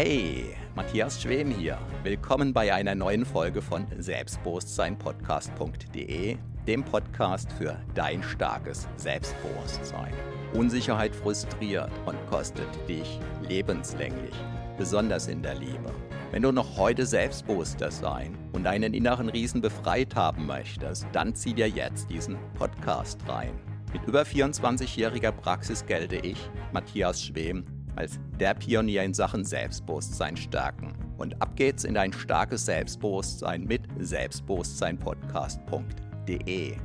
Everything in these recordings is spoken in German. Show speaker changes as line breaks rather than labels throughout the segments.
Hey, Matthias Schwem hier. Willkommen bei einer neuen Folge von Selbstbewusstseinpodcast.de, dem Podcast für dein starkes Selbstbewusstsein. Unsicherheit frustriert und kostet dich lebenslänglich, besonders in der Liebe. Wenn du noch heute selbstbewusster sein und deinen inneren Riesen befreit haben möchtest, dann zieh dir jetzt diesen Podcast rein. Mit über 24-jähriger Praxis gelte ich, Matthias Schwem, als der Pionier in Sachen Selbstbewusstsein stärken. Und ab geht's in dein starkes Selbstbewusstsein mit Selbstbewusstseinpodcast.de.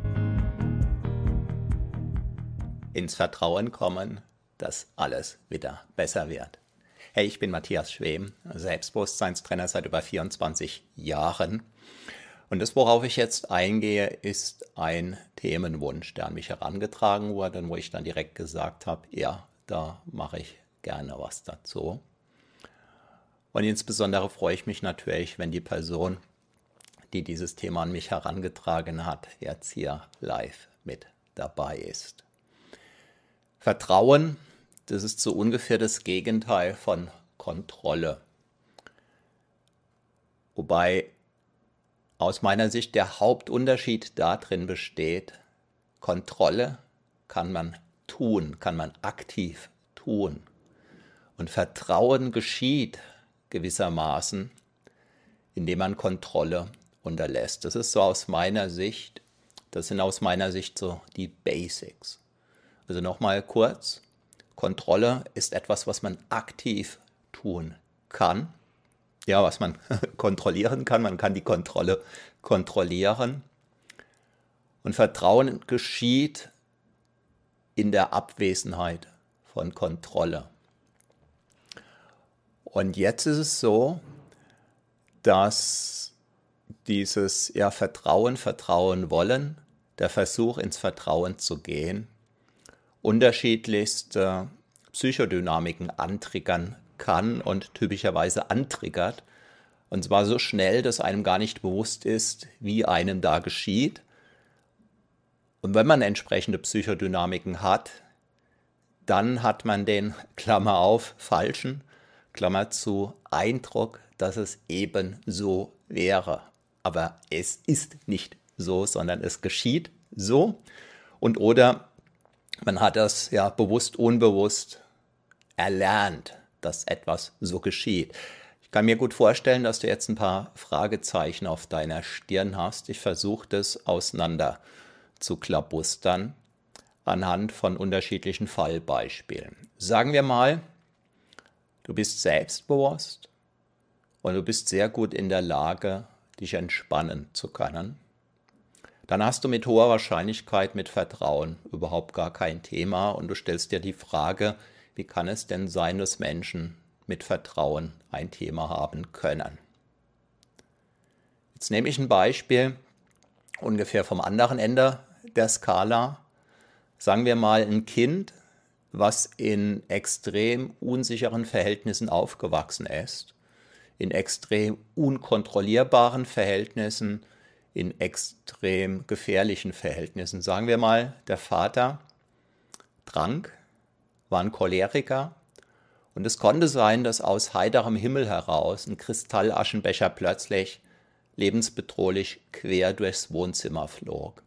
Ins Vertrauen kommen, dass alles wieder besser wird. Hey, ich bin Matthias Schwem, Selbstbewusstseinstrainer seit über 24 Jahren. Und das, worauf ich jetzt eingehe, ist ein Themenwunsch, der an mich herangetragen wurde und wo ich dann direkt gesagt habe, ja, da mache ich gerne was dazu. Und insbesondere freue ich mich natürlich, wenn die Person, die dieses Thema an mich herangetragen hat, jetzt hier live mit dabei ist. Vertrauen, das ist so ungefähr das Gegenteil von Kontrolle. Wobei aus meiner Sicht der Hauptunterschied darin besteht, Kontrolle kann man tun, kann man aktiv tun. Und Vertrauen geschieht gewissermaßen, indem man Kontrolle unterlässt. Das ist so aus meiner Sicht, das sind aus meiner Sicht so die Basics. Also nochmal kurz, Kontrolle ist etwas, was man aktiv tun kann. Ja, was man kontrollieren kann, man kann die Kontrolle kontrollieren. Und Vertrauen geschieht in der Abwesenheit von Kontrolle. Und jetzt ist es so, dass dieses Vertrauen wollen, der Versuch ins Vertrauen zu gehen, unterschiedlichste Psychodynamiken antriggern kann und typischerweise antriggert. Und zwar so schnell, dass einem gar nicht bewusst ist, wie einem da geschieht. Und wenn man entsprechende Psychodynamiken hat, dann hat man den, Klammer auf, falschen, Klammer zu, Eindruck, dass es eben so wäre. Aber es ist nicht so, sondern es geschieht so. Und oder man hat das bewusst, unbewusst erlernt, dass etwas so geschieht. Ich kann mir gut vorstellen, dass du jetzt ein paar Fragezeichen auf deiner Stirn hast. Ich versuche das auseinander zu klabustern anhand von unterschiedlichen Fallbeispielen. Sagen wir mal, du bist selbstbewusst und du bist sehr gut in der Lage, dich entspannen zu können. Dann hast du mit hoher Wahrscheinlichkeit mit Vertrauen überhaupt gar kein Thema und du stellst dir die Frage, wie kann es denn sein, dass Menschen mit Vertrauen ein Thema haben können? Jetzt nehme ich ein Beispiel ungefähr vom anderen Ende der Skala. Sagen wir mal ein Kind, was in extrem unsicheren Verhältnissen aufgewachsen ist, in extrem unkontrollierbaren Verhältnissen, in extrem gefährlichen Verhältnissen. Sagen wir mal, der Vater trank, war ein Choleriker und es konnte sein, dass aus heiterem Himmel heraus ein Kristallaschenbecher plötzlich lebensbedrohlich quer durchs Wohnzimmer flog.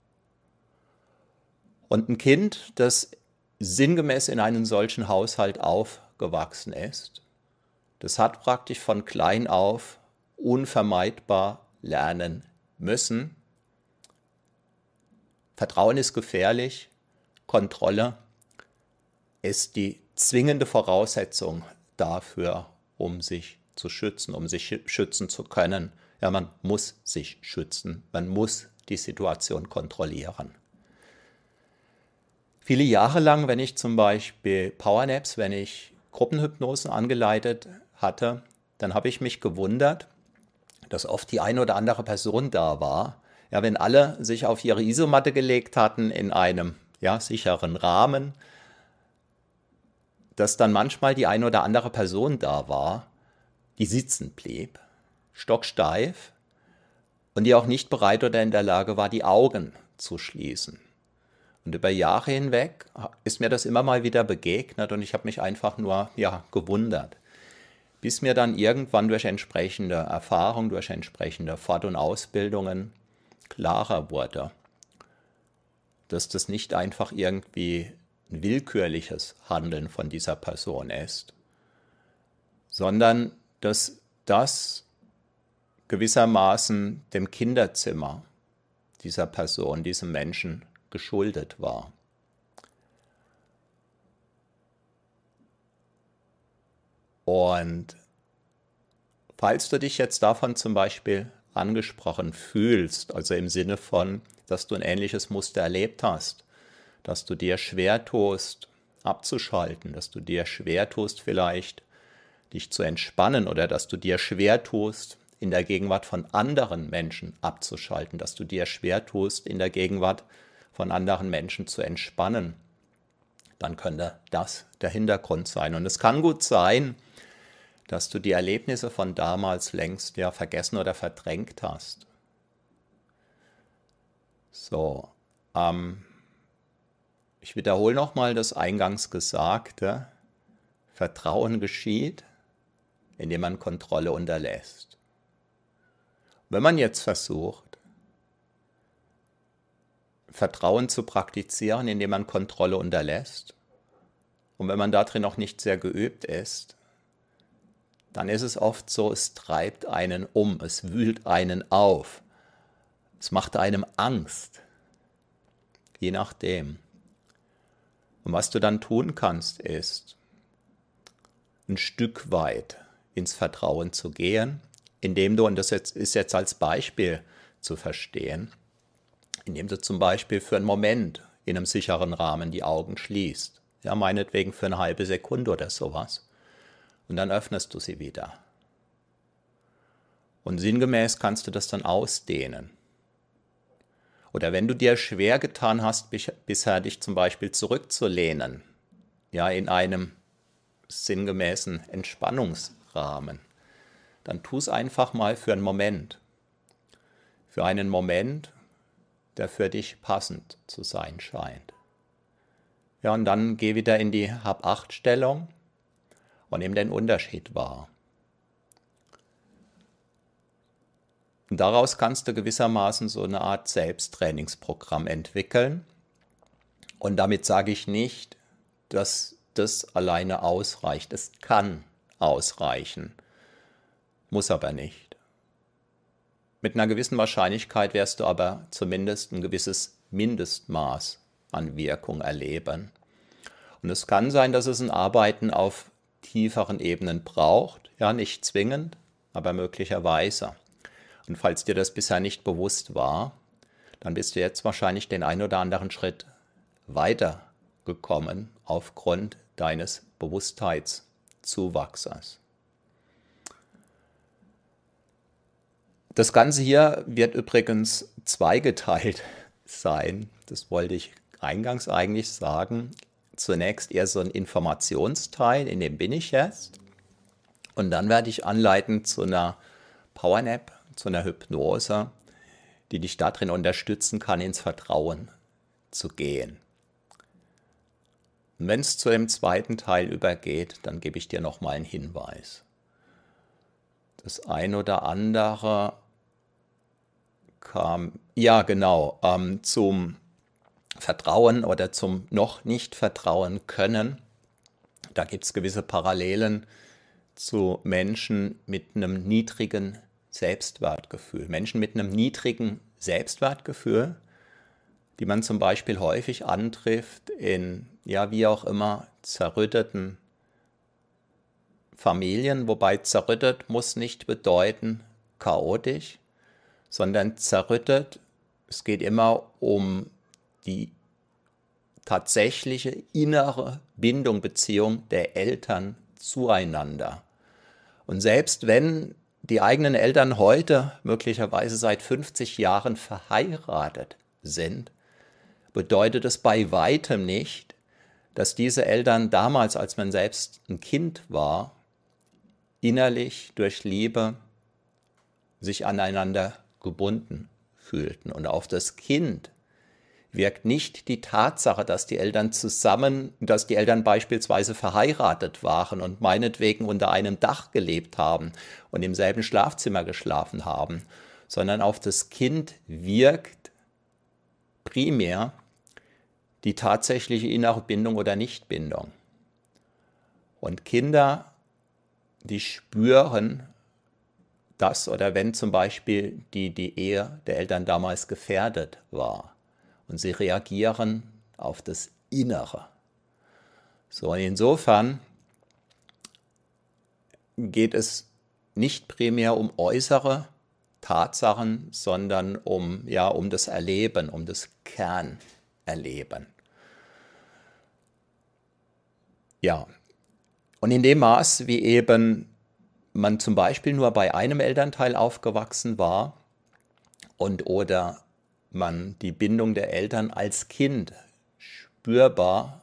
Und ein Kind, das sinngemäß in einem solchen Haushalt aufgewachsen ist, das hat praktisch von klein auf unvermeidbar lernen müssen. Vertrauen ist gefährlich, Kontrolle ist die zwingende Voraussetzung dafür, um sich zu schützen, um sich schützen zu können. Ja, man muss sich schützen, man muss die Situation kontrollieren. Viele Jahre lang, wenn ich zum Beispiel Powernaps, wenn ich Gruppenhypnosen angeleitet hatte, dann habe ich mich gewundert, dass oft die eine oder andere Person da war. Ja, wenn alle sich auf ihre Isomatte gelegt hatten in einem sicheren Rahmen, dass dann manchmal die eine oder andere Person da war, die sitzen blieb, stocksteif und die auch nicht bereit oder in der Lage war, die Augen zu schließen. Und über Jahre hinweg ist mir das immer mal wieder begegnet und ich habe mich einfach nur gewundert. bis mir dann irgendwann durch entsprechende Erfahrung, durch entsprechende Fort- und Ausbildungen klarer wurde, dass das nicht einfach irgendwie ein willkürliches Handeln von dieser Person ist, sondern dass das gewissermaßen dem Kinderzimmer dieser Person, diesem Menschen geschuldet war. Und falls du dich jetzt davon zum Beispiel angesprochen fühlst, also im Sinne von, dass du ein ähnliches Muster erlebt hast, dass du dir schwer tust, abzuschalten, dass du dir schwer tust, vielleicht dich zu entspannen oder dass du dir schwer tust, in der Gegenwart von anderen Menschen abzuschalten, dass du dir schwer tust, in der Gegenwart von anderen Menschen zu entspannen, dann könnte das der Hintergrund sein. Und es kann gut sein, dass du die Erlebnisse von damals längst ja vergessen oder verdrängt hast. So, ich wiederhole nochmal das eingangs Gesagte. Vertrauen geschieht, indem man Kontrolle unterlässt. Wenn man jetzt versucht, Vertrauen zu praktizieren, indem man Kontrolle unterlässt, und wenn man darin noch nicht sehr geübt ist, dann ist es oft so, es treibt einen um, es wühlt einen auf, es macht einem Angst, je nachdem. Und was du dann tun kannst, ist, ein Stück weit ins Vertrauen zu gehen, indem du, und das ist jetzt als Beispiel zu verstehen, indem du zum Beispiel für einen Moment in einem sicheren Rahmen die Augen schließt, ja, meinetwegen für eine halbe Sekunde oder sowas, und dann öffnest du sie wieder. Und sinngemäß kannst du das dann ausdehnen. Oder wenn du dir schwer getan hast, bisher dich zum Beispiel zurückzulehnen, ja, in einem sinngemäßen Entspannungsrahmen, dann tu es einfach mal für einen Moment. Für einen Moment, der für dich passend zu sein scheint. Ja, und dann geh wieder in die Hab-Acht-Stellung und nimm den Unterschied wahr. Und daraus kannst du gewissermaßen so eine Art Selbsttrainingsprogramm entwickeln. Und damit sage ich nicht, dass das alleine ausreicht. Es kann ausreichen, muss aber nicht. Mit einer gewissen Wahrscheinlichkeit wirst du aber zumindest ein gewisses Mindestmaß an Wirkung erleben. Und es kann sein, dass es ein Arbeiten auf tieferen Ebenen braucht, ja, nicht zwingend, aber möglicherweise. Und falls dir das bisher nicht bewusst war, dann bist du jetzt wahrscheinlich den ein oder anderen Schritt weitergekommen aufgrund deines Bewusstheitszuwachses. Das Ganze hier wird übrigens zweigeteilt sein. Das wollte ich eingangs eigentlich sagen. Zunächst eher so ein Informationsteil, in dem bin ich jetzt. Und dann werde ich anleiten zu einer Powernap, zu einer Hypnose, die dich darin unterstützen kann, ins Vertrauen zu gehen. Und wenn es zu dem zweiten Teil übergeht, dann gebe ich dir nochmal einen Hinweis. Das ein oder andere kam, ja genau, zum Vertrauen oder zum noch nicht vertrauen können. Da gibt es gewisse Parallelen zu Menschen mit einem niedrigen Selbstwertgefühl. Menschen mit einem niedrigen Selbstwertgefühl, die man zum Beispiel häufig antrifft in, ja, wie auch immer, zerrütteten Familien, wobei zerrüttet muss nicht bedeuten chaotisch, sondern zerrüttet, es geht immer um die tatsächliche innere Bindung, Beziehung der Eltern zueinander. Und selbst wenn die eigenen Eltern heute möglicherweise seit 50 Jahren verheiratet sind, bedeutet es bei weitem nicht, dass diese Eltern damals, als man selbst ein Kind war, innerlich durch Liebe sich aneinander gebunden fühlten. Und auf das Kind wirkt nicht die Tatsache, dass die Eltern beispielsweise verheiratet waren und meinetwegen unter einem Dach gelebt haben und im selben Schlafzimmer geschlafen haben, sondern auf das Kind wirkt primär die tatsächliche innere Bindung oder Nichtbindung. Und Kinder, die spüren das, oder wenn zum Beispiel die Ehe der Eltern damals gefährdet war, und sie reagieren auf das Innere. So, und insofern geht es nicht primär um äußere Tatsachen, sondern um das Erleben, um das Kernerleben. Ja, und in dem Maß, wie eben man zum Beispiel nur bei einem Elternteil aufgewachsen war oder man die Bindung der Eltern als Kind spürbar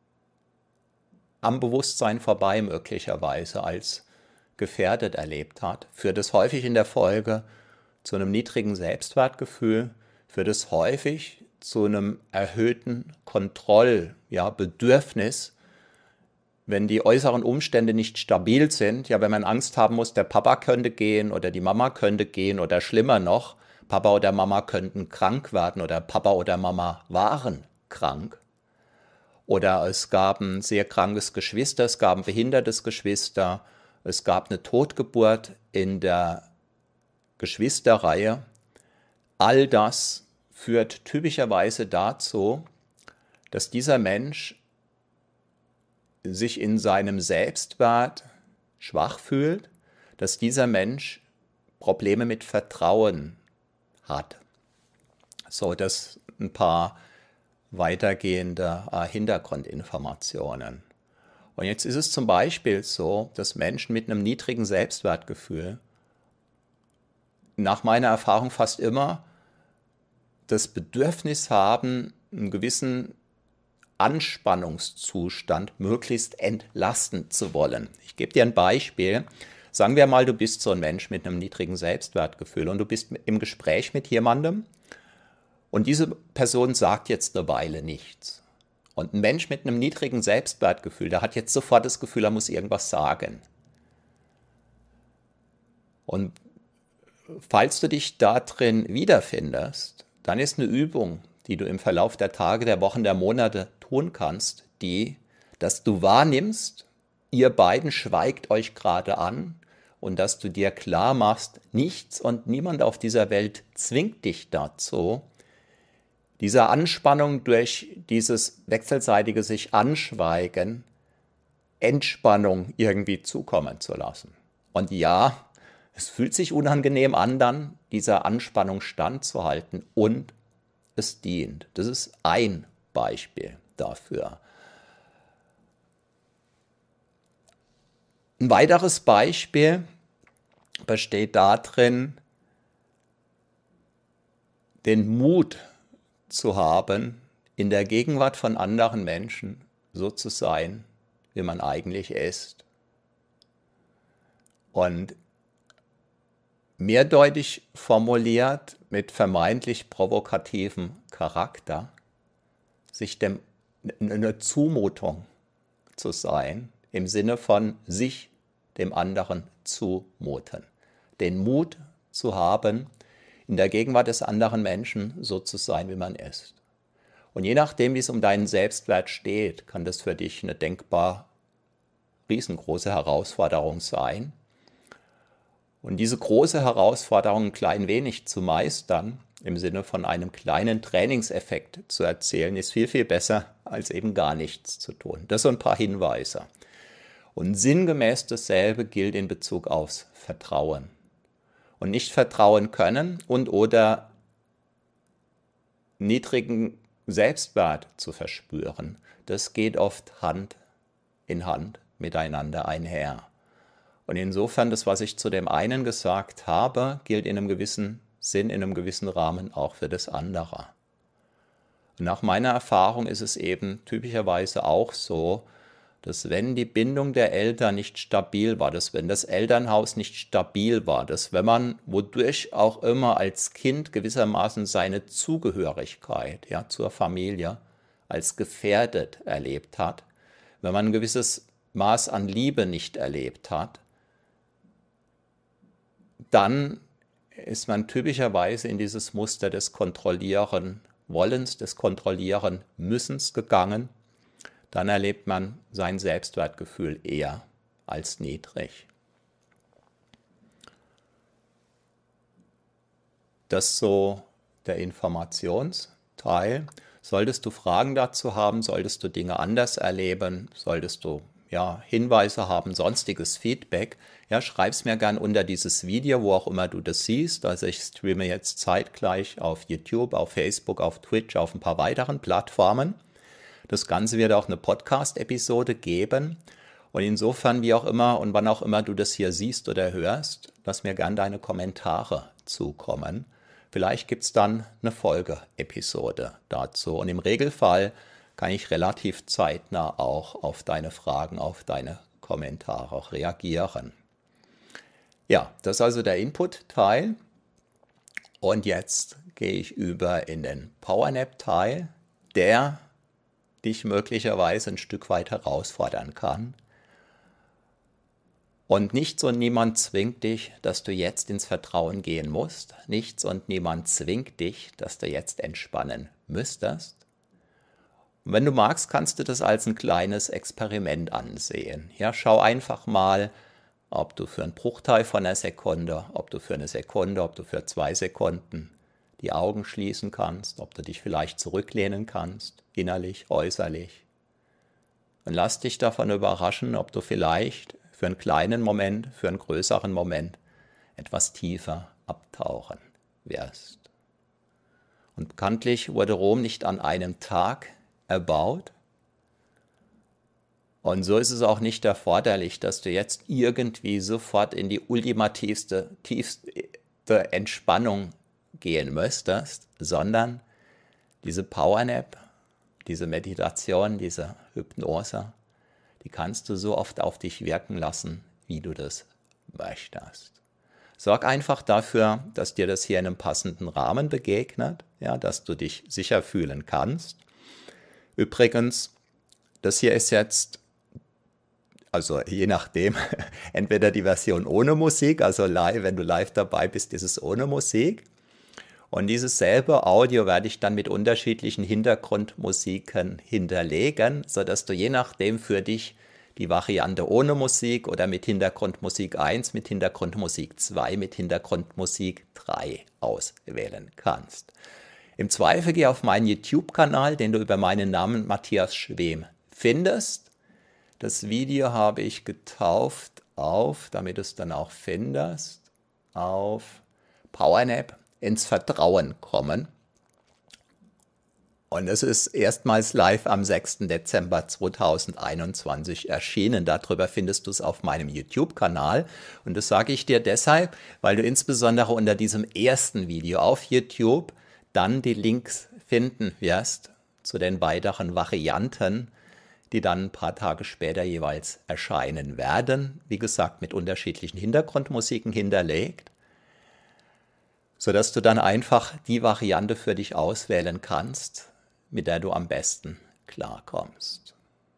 am Bewusstsein vorbei möglicherweise als gefährdet erlebt hat, führt es häufig in der Folge zu einem niedrigen Selbstwertgefühl, führt es häufig zu einem erhöhten Bedürfnis, wenn die äußeren Umstände nicht stabil sind, wenn man Angst haben muss, der Papa könnte gehen oder die Mama könnte gehen oder schlimmer noch, Papa oder Mama könnten krank werden oder Papa oder Mama waren krank. Oder es gab ein sehr krankes Geschwister, es gab ein behindertes Geschwister, es gab eine Totgeburt in der Geschwisterreihe. All das führt typischerweise dazu, dass dieser Mensch sich in seinem Selbstwert schwach fühlt, dass dieser Mensch Probleme mit Vertrauen hat. So, das ein paar weitergehende Hintergrundinformationen. Und jetzt ist es zum Beispiel so, dass Menschen mit einem niedrigen Selbstwertgefühl nach meiner Erfahrung fast immer das Bedürfnis haben, einen gewissen Anspannungszustand möglichst entlasten zu wollen. Ich gebe dir ein Beispiel. Sagen wir mal, du bist so ein Mensch mit einem niedrigen Selbstwertgefühl und du bist im Gespräch mit jemandem und diese Person sagt jetzt eine Weile nichts. Und ein Mensch mit einem niedrigen Selbstwertgefühl, der hat jetzt sofort das Gefühl, er muss irgendwas sagen. Und falls du dich da drin wiederfindest, dann ist eine Übung, die du im Verlauf der Tage, der Wochen, der Monate tun kannst, dass du wahrnimmst, ihr beiden schweigt euch gerade an und dass du dir klar machst, nichts und niemand auf dieser Welt zwingt dich dazu, dieser Anspannung durch dieses wechselseitige sich anschweigen, Entspannung irgendwie zukommen zu lassen. Und ja, es fühlt sich unangenehm an, dann dieser Anspannung standzuhalten und es dient. Das ist ein Beispiel dafür. Ein weiteres Beispiel besteht darin, den Mut zu haben, in der Gegenwart von anderen Menschen so zu sein, wie man eigentlich ist. Und mehrdeutig formuliert, mit vermeintlich provokativem Charakter, sich eine Zumutung zu sein, im Sinne von sich dem anderen zumuten. Den Mut zu haben, in der Gegenwart des anderen Menschen so zu sein, wie man ist. Und je nachdem, wie es um deinen Selbstwert steht, kann das für dich eine denkbar riesengroße Herausforderung sein. Und diese große Herausforderung ein klein wenig zu meistern, im Sinne von einem kleinen Trainingseffekt zu erzählen, ist viel, viel besser, als eben gar nichts zu tun. Das sind ein paar Hinweise. Und sinngemäß dasselbe gilt in Bezug aufs Vertrauen. Und nicht vertrauen können oder niedrigen Selbstwert zu verspüren, das geht oft Hand in Hand miteinander einher. Und insofern, das, was ich zu dem einen gesagt habe, gilt in einem gewissen Sinn, in einem gewissen Rahmen auch für das andere. Und nach meiner Erfahrung ist es eben typischerweise auch so, dass wenn die Bindung der Eltern nicht stabil war, dass wenn das Elternhaus nicht stabil war, dass wenn man wodurch auch immer als Kind gewissermaßen seine Zugehörigkeit, ja, zur Familie als gefährdet erlebt hat, wenn man ein gewisses Maß an Liebe nicht erlebt hat, dann ist man typischerweise in dieses Muster des Kontrollieren Wollens, des Kontrollieren Müssens gegangen. Dann erlebt man sein Selbstwertgefühl eher als niedrig. Das ist so der Informationsteil. Solltest du Fragen dazu haben, solltest du Dinge anders erleben, solltest du Hinweise haben, sonstiges Feedback, schreib's mir gern unter dieses Video, wo auch immer du das siehst. Also ich streame jetzt zeitgleich auf YouTube, auf Facebook, auf Twitch, auf ein paar weiteren Plattformen. Das Ganze wird auch eine Podcast-Episode geben. Und insofern, wie auch immer und wann auch immer du das hier siehst oder hörst, lass mir gern deine Kommentare zukommen. Vielleicht gibt es dann eine Folge-Episode dazu. Und im Regelfall kann ich relativ zeitnah auch auf deine Fragen, auf deine Kommentare reagieren. Ja, das ist also der Input-Teil. Und jetzt gehe ich über in den Powernap-Teil, der dich möglicherweise ein Stück weit herausfordern kann. Und nichts und niemand zwingt dich, dass du jetzt ins Vertrauen gehen musst. Nichts und niemand zwingt dich, dass du jetzt entspannen müsstest. Und wenn du magst, kannst du das als ein kleines Experiment ansehen. Ja, schau einfach mal, ob du für einen Bruchteil von einer Sekunde, ob du für eine Sekunde, ob du für 2 Sekunden die Augen schließen kannst, ob du dich vielleicht zurücklehnen kannst, innerlich, äußerlich. Und lass dich davon überraschen, ob du vielleicht für einen kleinen Moment, für einen größeren Moment etwas tiefer abtauchen wirst. Und bekanntlich wurde Rom nicht an einem Tag erbaut. Und so ist es auch nicht erforderlich, dass du jetzt irgendwie sofort in die ultimativste, tiefste Entspannung gehen müsstest, sondern diese Powernap, diese Meditation, diese Hypnose, die kannst du so oft auf dich wirken lassen, wie du das möchtest. Sorg einfach dafür, dass dir das hier in einem passenden Rahmen begegnet, dass du dich sicher fühlen kannst. Übrigens, das hier ist jetzt, also je nachdem, entweder die Version ohne Musik, also live, wenn du live dabei bist, ist es ohne Musik. Und dieses selbe Audio werde ich dann mit unterschiedlichen Hintergrundmusiken hinterlegen, sodass du je nachdem für dich die Variante ohne Musik oder mit Hintergrundmusik 1, mit Hintergrundmusik 2, mit Hintergrundmusik 3 auswählen kannst. Im Zweifel geh auf meinen YouTube-Kanal, den du über meinen Namen Matthias Schwem findest. Das Video habe ich getauft auf, damit du es dann auch findest, auf Powernap, ins Vertrauen kommen. Und es ist erstmals live am 6. Dezember 2021 erschienen. Darüber findest du es auf meinem YouTube-Kanal. Und das sage ich dir deshalb, weil du insbesondere unter diesem ersten Video auf YouTube dann die Links finden wirst zu den weiteren Varianten, die dann ein paar Tage später jeweils erscheinen werden. Wie gesagt, mit unterschiedlichen Hintergrundmusiken hinterlegt, sodass du dann einfach die Variante für dich auswählen kannst, mit der du am besten klarkommst.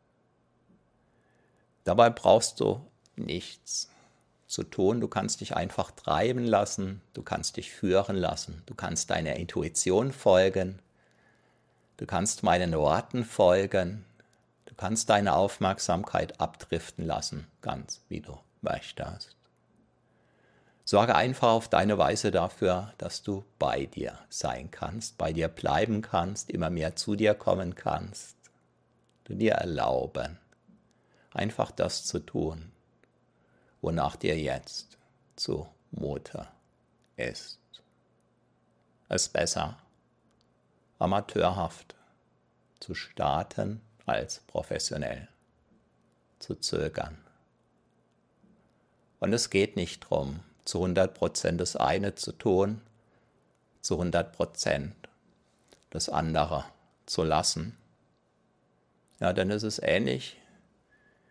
Dabei brauchst du nichts zu tun. Du kannst dich einfach treiben lassen, du kannst dich führen lassen, du kannst deiner Intuition folgen, du kannst meinen Worten folgen, du kannst deine Aufmerksamkeit abdriften lassen, ganz wie du möchtest. Sorge einfach auf deine Weise dafür, dass du bei dir sein kannst, bei dir bleiben kannst, immer mehr zu dir kommen kannst, du dir erlauben, einfach das zu tun, wonach dir jetzt zumute ist. Es ist besser, amateurhaft zu starten, als professionell zu zögern. Und es geht nicht darum, zu 100% das eine zu tun, zu 100% das andere zu lassen. Ja, dann ist es ähnlich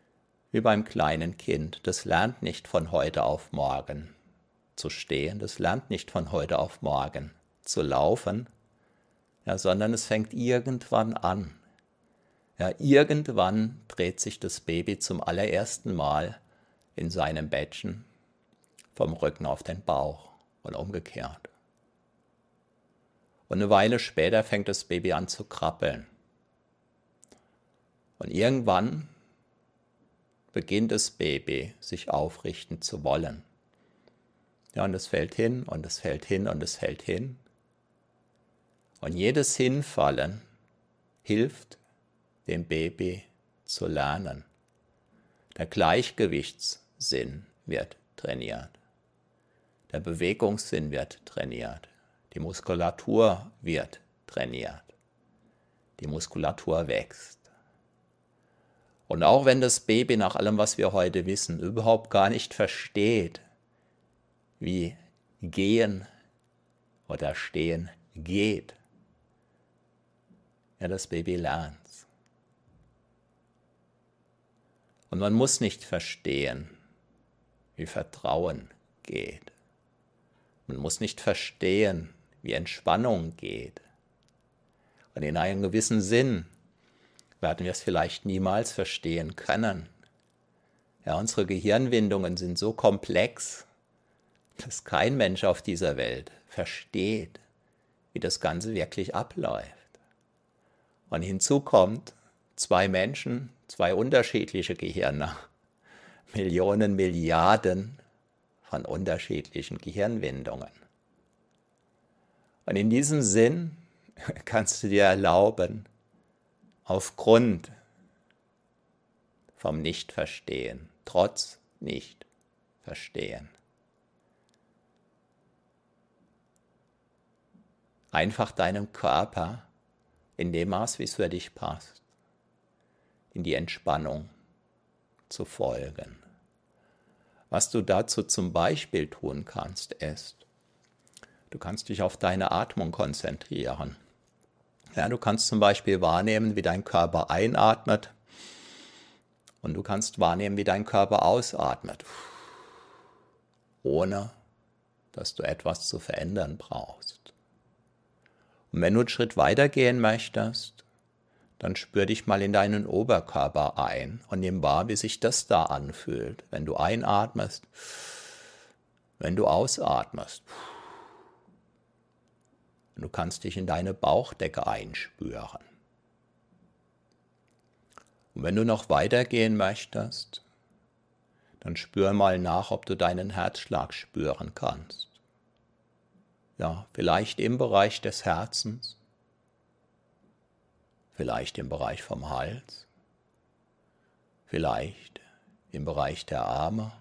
wie beim kleinen Kind. Das lernt nicht von heute auf morgen zu stehen, das lernt nicht von heute auf morgen zu laufen, ja, sondern es fängt irgendwann an. Ja, irgendwann dreht sich das Baby zum allerersten Mal in seinem Bettchen vom Rücken auf den Bauch und umgekehrt. Und eine Weile später fängt das Baby an zu krabbeln. Und irgendwann beginnt das Baby sich aufrichten zu wollen. Ja, und es fällt hin und es fällt hin und es fällt hin. Und jedes Hinfallen hilft dem Baby zu lernen. Der Gleichgewichtssinn wird trainiert. Der Bewegungssinn wird trainiert. Die Muskulatur wird trainiert. Die Muskulatur wächst. Und auch wenn das Baby nach allem, was wir heute wissen, überhaupt gar nicht versteht, wie gehen oder stehen geht, ja, das Baby lernt's. Und man muss nicht verstehen, wie Vertrauen geht. Man muss nicht verstehen, wie Entspannung geht. Und in einem gewissen Sinn werden wir es vielleicht niemals verstehen können. Ja, unsere Gehirnwindungen sind so komplex, dass kein Mensch auf dieser Welt versteht, wie das Ganze wirklich abläuft. Und hinzu kommt, zwei Menschen, zwei unterschiedliche Gehirne, Millionen, Milliarden von unterschiedlichen Gehirnwindungen. Und in diesem Sinn kannst du dir erlauben, aufgrund vom Nichtverstehen, trotz Nichtverstehen, einfach deinem Körper in dem Maß, wie es für dich passt, in die Entspannung zu folgen. Was du dazu zum Beispiel tun kannst, ist, du kannst dich auf deine Atmung konzentrieren. Ja, du kannst zum Beispiel wahrnehmen, wie dein Körper einatmet und du kannst wahrnehmen, wie dein Körper ausatmet, ohne dass du etwas zu verändern brauchst. Und wenn du einen Schritt weiter gehen möchtest, dann spür dich mal in deinen Oberkörper ein und nimm wahr, wie sich das da anfühlt, wenn du einatmest, wenn du ausatmest. Und du kannst dich in deine Bauchdecke einspüren. Und wenn du noch weitergehen möchtest, dann spür mal nach, ob du deinen Herzschlag spüren kannst. Ja, vielleicht im Bereich des Herzens, vielleicht im Bereich vom Hals, vielleicht im Bereich der Arme.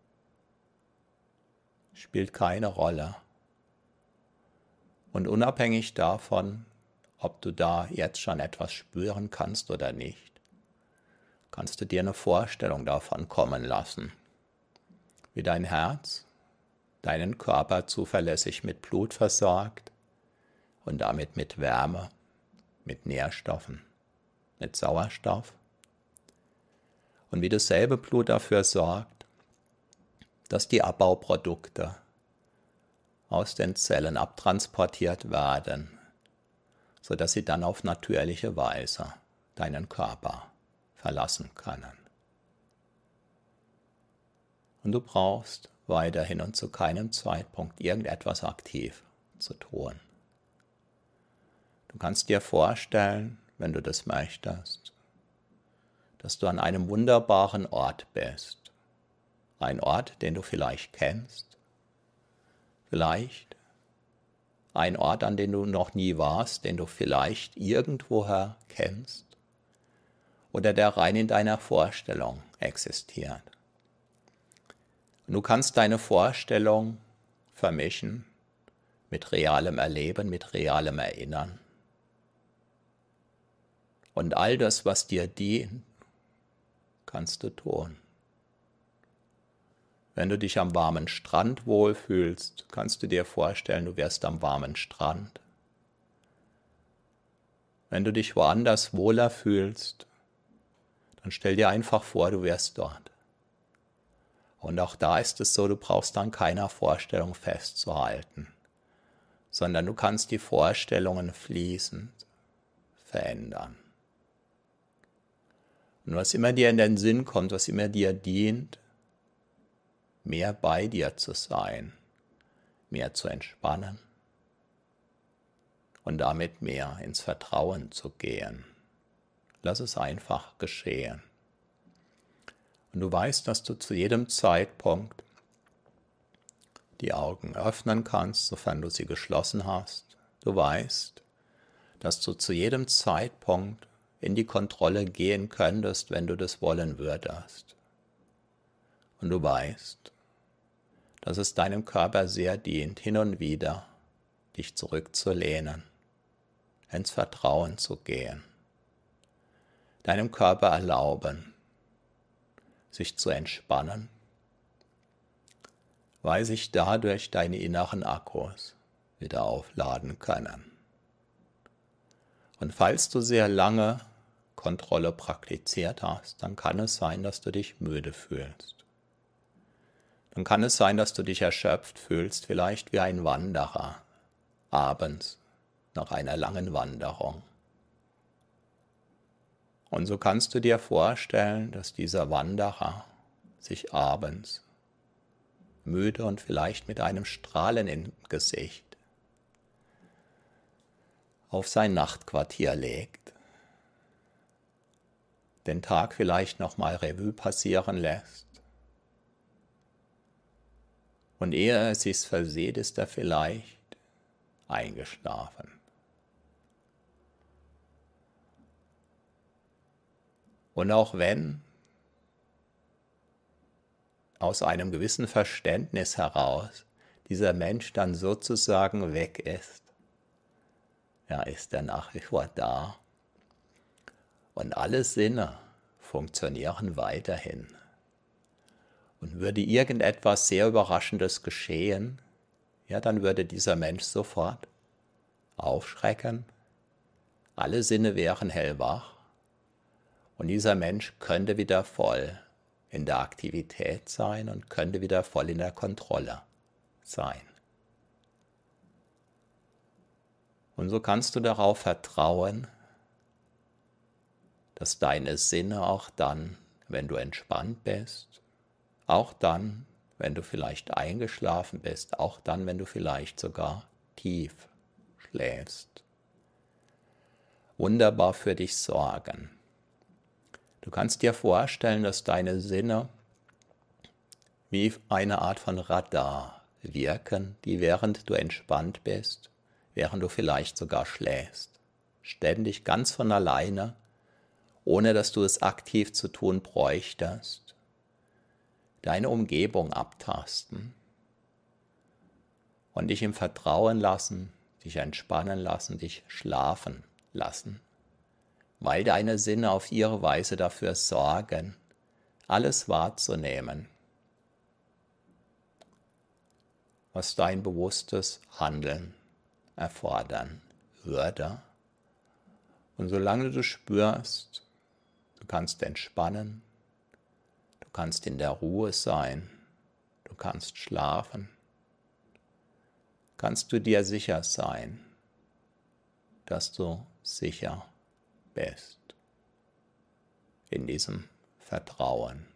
Spielt keine Rolle. Und unabhängig davon, ob du da jetzt schon etwas spüren kannst oder nicht, kannst du dir eine Vorstellung davon kommen lassen, wie dein Herz deinen Körper zuverlässig mit Blut versorgt und damit mit Wärme, mit Nährstoffen, mit Sauerstoff. Und wie dasselbe Blut dafür sorgt, dass die Abbauprodukte aus den Zellen abtransportiert werden, sodass sie dann auf natürliche Weise deinen Körper verlassen können. Und du brauchst weiterhin und zu keinem Zeitpunkt irgendetwas aktiv zu tun. Du kannst dir vorstellen, wenn du das möchtest, dass du an einem wunderbaren Ort bist. Ein Ort, den du vielleicht kennst. Vielleicht ein Ort, an dem du noch nie warst, den du vielleicht irgendwoher kennst. Oder der rein in deiner Vorstellung existiert. Und du kannst deine Vorstellung vermischen mit realem Erleben, mit realem Erinnern. Und all das, was dir dient, kannst du tun. Wenn du dich am warmen Strand wohlfühlst, kannst du dir vorstellen, du wärst am warmen Strand. Wenn du dich woanders wohler fühlst, Und stell dir einfach vor, du wärst dort. Und auch da ist es so, du brauchst an keiner Vorstellung festzuhalten, sondern du kannst die Vorstellungen fließend verändern. Und was immer dir in den Sinn kommt, was immer dir dient, mehr bei dir zu sein, mehr zu entspannen und damit mehr ins Vertrauen zu gehen. Lass es einfach geschehen. Und du weißt, dass du zu jedem Zeitpunkt die Augen öffnen kannst, sofern du sie geschlossen hast. Du weißt, dass du zu jedem Zeitpunkt in die Kontrolle gehen könntest, wenn du das wollen würdest. Und du weißt, dass es deinem Körper sehr dient, hin und wieder dich zurückzulehnen, ins Vertrauen zu gehen, deinem Körper erlauben, sich zu entspannen, weil sich dadurch deine inneren Akkus wieder aufladen können. Und falls du sehr lange Kontrolle praktiziert hast, dann kann es sein, dass du dich müde fühlst. Dann kann es sein, dass du dich erschöpft fühlst, vielleicht wie ein Wanderer, abends nach einer langen Wanderung. Und so kannst du dir vorstellen, dass dieser Wanderer sich abends müde und vielleicht mit einem Strahlen im Gesicht auf sein Nachtquartier legt, den Tag vielleicht nochmal Revue passieren lässt. Und ehe er sich's versieht, ist er vielleicht eingeschlafen. Und auch wenn aus einem gewissen Verständnis heraus dieser Mensch dann sozusagen weg ist, ja, ist er nach wie vor da. Und alle Sinne funktionieren weiterhin. Und würde irgendetwas sehr Überraschendes geschehen, ja, dann würde dieser Mensch sofort aufschrecken. Alle Sinne wären hellwach. Und dieser Mensch könnte wieder voll in der Aktivität sein und könnte wieder voll in der Kontrolle sein. Und so kannst du darauf vertrauen, dass deine Sinne auch dann, wenn du entspannt bist, auch dann, wenn du vielleicht eingeschlafen bist, auch dann, wenn du vielleicht sogar tief schläfst, wunderbar für dich sorgen. Du kannst dir vorstellen, dass deine Sinne wie eine Art von Radar wirken, die während du entspannt bist, während du vielleicht sogar schläfst, ständig ganz von alleine, ohne dass du es aktiv zu tun bräuchtest, deine Umgebung abtasten und dich im Vertrauen lassen, dich entspannen lassen, dich schlafen lassen, weil deine Sinne auf ihre Weise dafür sorgen, alles wahrzunehmen, was dein bewusstes Handeln erfordern würde. Und solange du spürst, du kannst entspannen, du kannst in der Ruhe sein, du kannst schlafen, kannst du dir sicher sein, dass du sicher bist in diesem Vertrauen.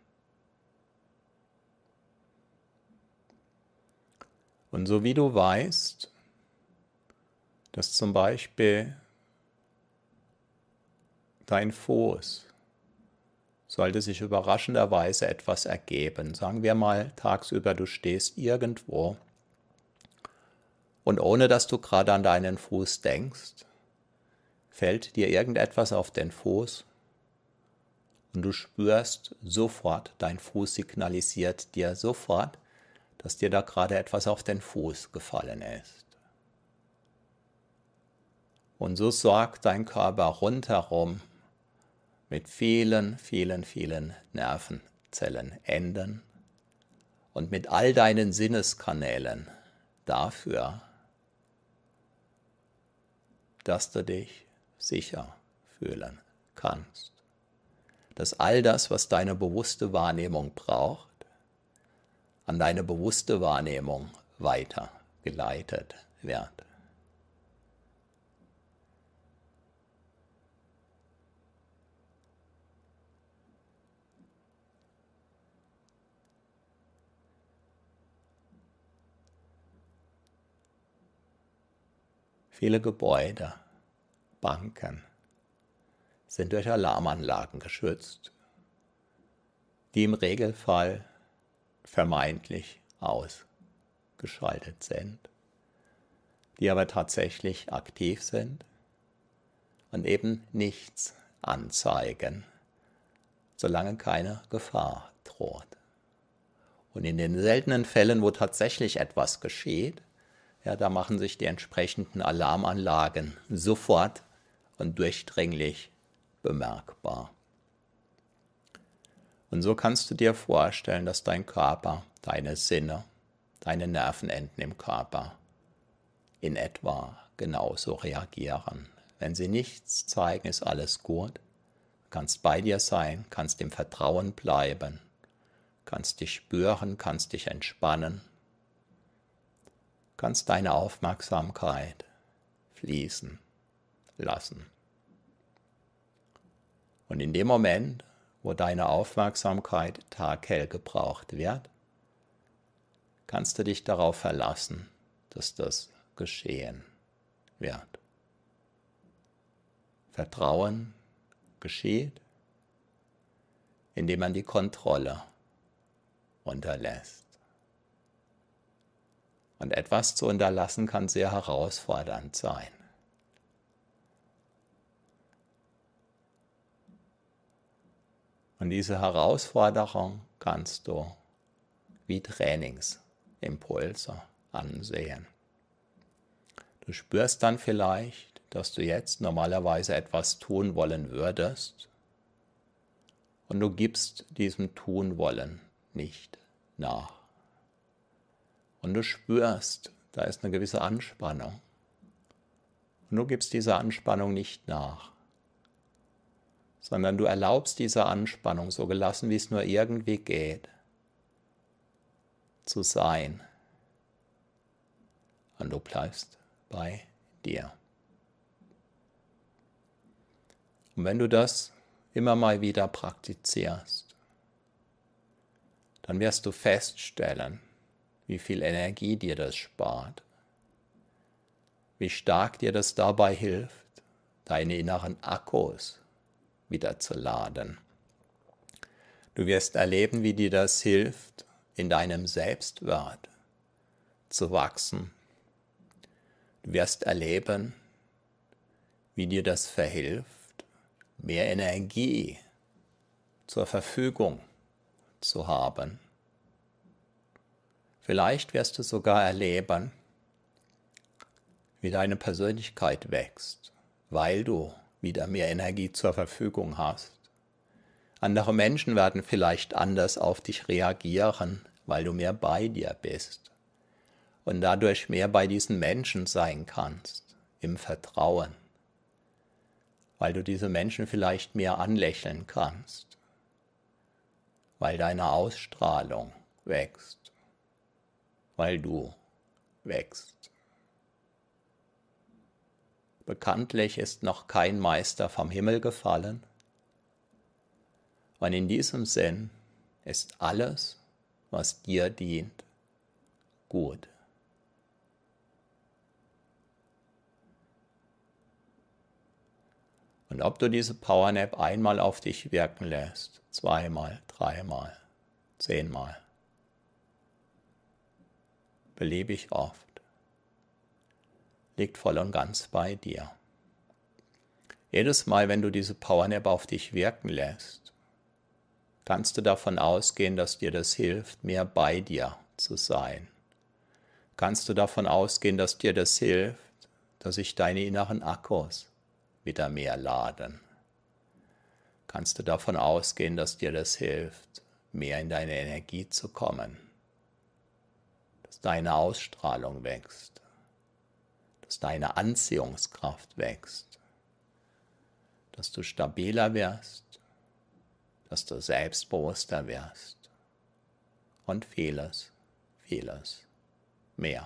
Und so wie du weißt, dass zum Beispiel dein Fuß, sollte sich überraschenderweise etwas ergeben, sagen wir mal tagsüber, du stehst irgendwo und ohne dass du gerade an deinen Fuß denkst, fällt dir irgendetwas auf den Fuß und du spürst sofort, dein Fuß signalisiert dir sofort, dass dir da gerade etwas auf den Fuß gefallen ist. Und so sorgt dein Körper rundherum mit vielen, vielen, vielen Nervenzellenenden und mit all deinen Sinneskanälen dafür, dass du dich sicher fühlen kannst, dass all das, was deine bewusste Wahrnehmung braucht, an deine bewusste Wahrnehmung weitergeleitet wird. Viele Gebäude, Banken sind durch Alarmanlagen geschützt, die im Regelfall vermeintlich ausgeschaltet sind, die aber tatsächlich aktiv sind und eben nichts anzeigen, solange keine Gefahr droht. Und in den seltenen Fällen, wo tatsächlich etwas geschieht, ja, da machen sich die entsprechenden Alarmanlagen sofort und durchdringlich bemerkbar. Und so kannst du dir vorstellen, dass dein Körper, deine Sinne, deine Nervenenden im Körper in etwa genauso reagieren. Wenn sie nichts zeigen, ist alles gut. Du kannst bei dir sein, kannst im Vertrauen bleiben, kannst dich spüren, kannst dich entspannen, kannst deine Aufmerksamkeit fließen lassen. Und in dem Moment, wo deine Aufmerksamkeit taghell gebraucht wird, kannst du dich darauf verlassen, dass das geschehen wird. Vertrauen geschieht, indem man die Kontrolle unterlässt. Und etwas zu unterlassen kann sehr herausfordernd sein. Und diese Herausforderung kannst du wie Trainingsimpulse ansehen. Du spürst dann vielleicht, dass du jetzt normalerweise etwas tun wollen würdest und du gibst diesem Tun wollen nicht nach. Und du spürst, da ist eine gewisse Anspannung. Und du gibst dieser Anspannung nicht nach, sondern du erlaubst dieser Anspannung, so gelassen wie es nur irgendwie geht, zu sein. Und du bleibst bei dir. Und wenn du das immer mal wieder praktizierst, dann wirst du feststellen, wie viel Energie dir das spart, wie stark dir das dabei hilft, deine inneren Akkus wieder zu laden. Du wirst erleben, wie dir das hilft, in deinem Selbstwert zu wachsen. Du wirst erleben, wie dir das verhilft, mehr Energie zur Verfügung zu haben. Vielleicht wirst du sogar erleben, wie deine Persönlichkeit wächst, weil du wieder mehr Energie zur Verfügung hast. Andere Menschen werden vielleicht anders auf dich reagieren, weil du mehr bei dir bist und dadurch mehr bei diesen Menschen sein kannst, im Vertrauen, weil du diese Menschen vielleicht mehr anlächeln kannst, weil deine Ausstrahlung wächst, weil du wächst. Bekanntlich ist noch kein Meister vom Himmel gefallen. Und in diesem Sinn ist alles, was dir dient, gut. Und ob du diese Powernap einmal auf dich wirken lässt, zweimal, dreimal, 10-mal, beliebig oft, liegt voll und ganz bei dir. Jedes Mal, wenn du diese Powernap auf dich wirken lässt, kannst du davon ausgehen, dass dir das hilft, mehr bei dir zu sein. Kannst du davon ausgehen, dass dir das hilft, dass sich deine inneren Akkus wieder mehr laden. Kannst du davon ausgehen, dass dir das hilft, mehr in deine Energie zu kommen, dass deine Ausstrahlung wächst, dass deine Anziehungskraft wächst, dass du stabiler wirst, dass du selbstbewusster wirst und vieles, vieles mehr.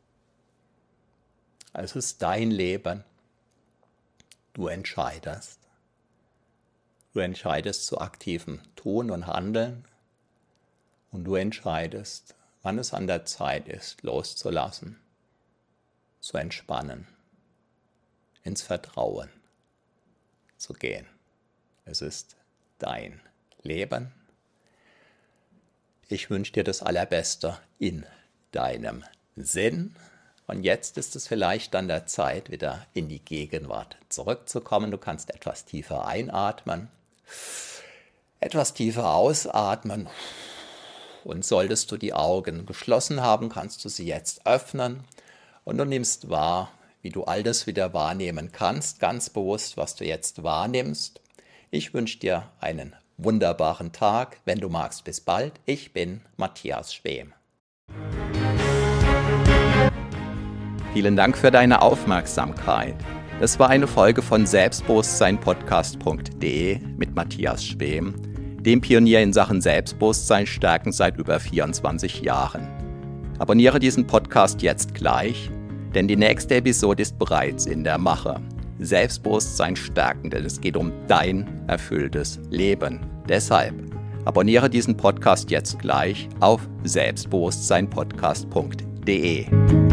Es ist dein Leben. Du entscheidest. Du entscheidest zu aktivem Tun und Handeln und du entscheidest, wann es an der Zeit ist, loszulassen, zu entspannen, ins Vertrauen zu gehen. Es ist dein Leben. Ich wünsche dir das Allerbeste in deinem Sinn. Und jetzt ist es vielleicht an der Zeit, wieder in die Gegenwart zurückzukommen. Du kannst etwas tiefer einatmen, etwas tiefer ausatmen. Und solltest du die Augen geschlossen haben, kannst du sie jetzt öffnen. Und du nimmst wahr, wie du all das wieder wahrnehmen kannst, ganz bewusst, was du jetzt wahrnimmst. Ich wünsche dir einen wunderbaren Tag. Wenn du magst, bis bald. Ich bin Matthias Schwem. Vielen Dank für deine Aufmerksamkeit. Das war eine Folge von Selbstbewusstseinpodcast.de mit Matthias Schwem, dem Pionier in Sachen Selbstbewusstsein stärken seit über 24 Jahren. Abonniere diesen Podcast jetzt gleich, denn die nächste Episode ist bereits in der Mache. Selbstbewusstsein stärken, denn es geht um dein erfülltes Leben. Deshalb abonniere diesen Podcast jetzt gleich auf selbstbewusstseinpodcast.de.